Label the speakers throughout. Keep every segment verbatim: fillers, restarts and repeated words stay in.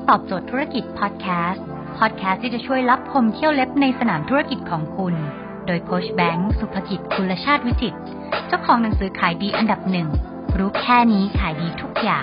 Speaker 1: ตอบโจทย์ธุรกิจพอดแคสต์พอดแคสต์ที่จะช่วยลับพมเที่ยวเล็บในสนามธุรกิจของคุณโดยโค้ชแบงค์สุภกิจกุลชาติวิจิตรเจ้าของหนังสือขายดีอันดับหนึ่งรู้แค่นี้ขายดีทุกอย่าง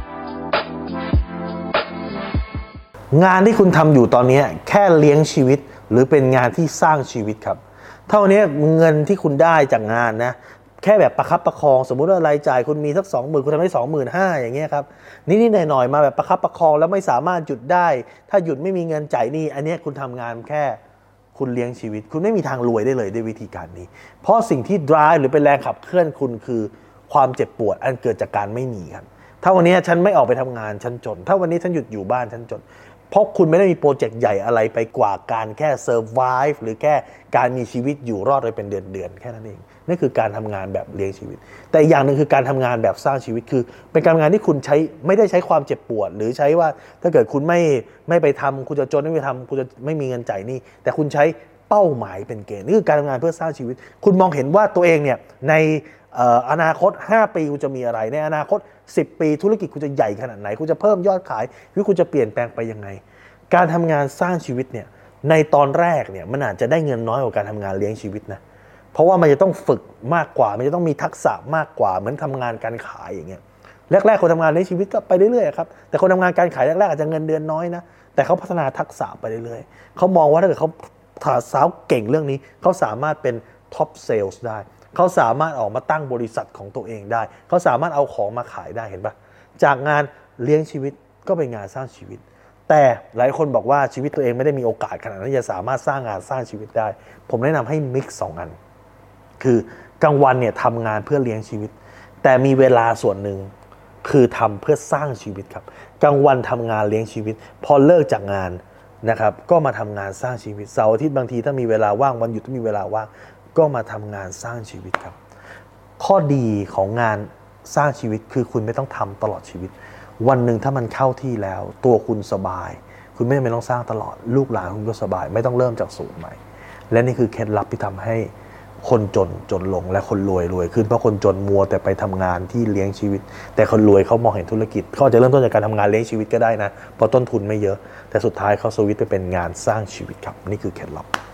Speaker 2: งานที่คุณทำอยู่ตอนนี้แค่เลี้ยงชีวิตหรือเป็นงานที่สร้างชีวิตครับเท่านี้เงินที่คุณได้จากงานนะแค่แบบประคับประคองสมมุติว่ารายจ่ายคุณมีสัก สองหมื่น คุณทำได้ สองหมื่นห้าพัน อย่างเงี้ยครับนิดๆหน่อยๆมาแบบประคับประคองแล้วไม่สามารถหยุดได้ถ้าหยุดไม่มีเงินจ่ายหนี้อันนี้คุณทำงานแค่คุณเลี้ยงชีวิตคุณไม่มีทางรวยได้เลยด้วยวิธีการนี้เพราะสิ่งที่ drive หรือเป็นแรงขับเคลื่อนคุณคือความเจ็บปวดอันเกิดจากการไม่มีครับถ้าวันนี้ฉันไม่ออกไปทำงานฉันจนถ้าวันนี้ฉันหยุดอยู่บ้านฉันจนเพราะคุณไม่ได้มีโปรเจกต์ใหญ่อะไรไปกว่าการแค่ survive หรือแค่การมีชีวิตอยู่รอดไปเป็นเดือนๆแค่นั้นเองนั่นคือการทำงานแบบเลี้ยงชีวิตแต่อีกอย่างนึงคือการทำงานแบบสร้างชีวิตคือเป็นการทำงานที่คุณใช้ไม่ได้ใช้ความเจ็บปวดหรือใช้ว่าถ้าเกิดคุณไม่ไม่ไปทำคุณจะจนไม่ไปทำคุณจะไม่มีเงินจ่ายหนี้แต่คุณใช้เป้าหมายเป็นเกณฑ์นี่คือการทำงานเพื่อสร้างชีวิตคุณมองเห็นว่าตัวเองเนี่ยในอนาคตห้าปีคุณจะมีอะไรในอนาคตสิบปีธุรกิจคุณจะใหญ่ขนาดไหนคุณจะเพิ่มยอดขายหรือคุณจะเปลี่ยนแปลงไปยังไงการทำงานสร้างชีวิตเนี่ยในตอนแรกเนี่ยมันอาจจะได้เงินน้อยกว่าการทำงานเลี้ยงชีวิตนะเพราะว่ามันจะต้องฝึกมากกว่ามันจะต้องมีทักษะมากกว่าเหมือนทำงานการขายอย่างเงี้ยแรกๆคนทำงานเลี้ยงชีวิตก็ไปเรื่อยๆครับแต่คนทำงานการขายแรกๆอาจจะเงินเดือนน้อยนะแต่เขาพัฒนาทักษะไปเรื่อยๆเขามองว่าถ้าเกิดเขาสาวเก่งเรื่องนี้เขาสามารถเป็นท็อปเซลส์ได้เขาสามารถออกมาตั้งบริษัทของตัวเองได้เขาสามารถเอาของมาขายได้เห็นปะจากงานเลี้ยงชีวิตก็เป็นงานสร้างชีวิตแต่หลายคนบอกว่าชีวิตตัวเองไม่ได้มีโอกาสขนาดนั้นที่จะสามารถสร้างงานสร้างชีวิตได้ผมแนะนำให้มิกซ์สองอันคือกลางวันเนี่ยทำงานเพื่อเลี้ยงชีวิตแต่มีเวลาส่วนหนึ่งคือทำเพื่อสร้างชีวิตครับกลางวันทำงานเลี้ยงชีวิตพอเลิกจากงานนะครับก็มาทำงานสร้างชีวิตเสาร์อาทิตย์บางทีถ้ามีเวลาว่างวันหยุดถ้ามีเวลาว่างก็มาทำงานสร้างชีวิตครับข้อดีของงานสร้างชีวิตคือคุณไม่ต้องทำตลอดชีวิตวันหนึ่งถ้ามันเข้าที่แล้วตัวคุณสบายคุณไม่จำเป็นต้องสร้างตลอดลูกหลานคุณก็สบายไม่ต้องเริ่มจากศูนย์ใหม่และนี่คือเคล็ดลับที่ทำให้คนจนจนลงและคนรวยรวยขึ้นเพราะคนจนมัวแต่ไปทำงานที่เลี้ยงชีวิตแต่คนรวยเขามองเห็นธุรกิจเขาจะเริ่มต้นจากการทำงานเลี้ยงชีวิตก็ได้นะเพราะต้นทุนไม่เยอะแต่สุดท้ายเขาสวิตช์ไปเป็นงานสร้างชีวิตครับนี่คือเคล็ดลับ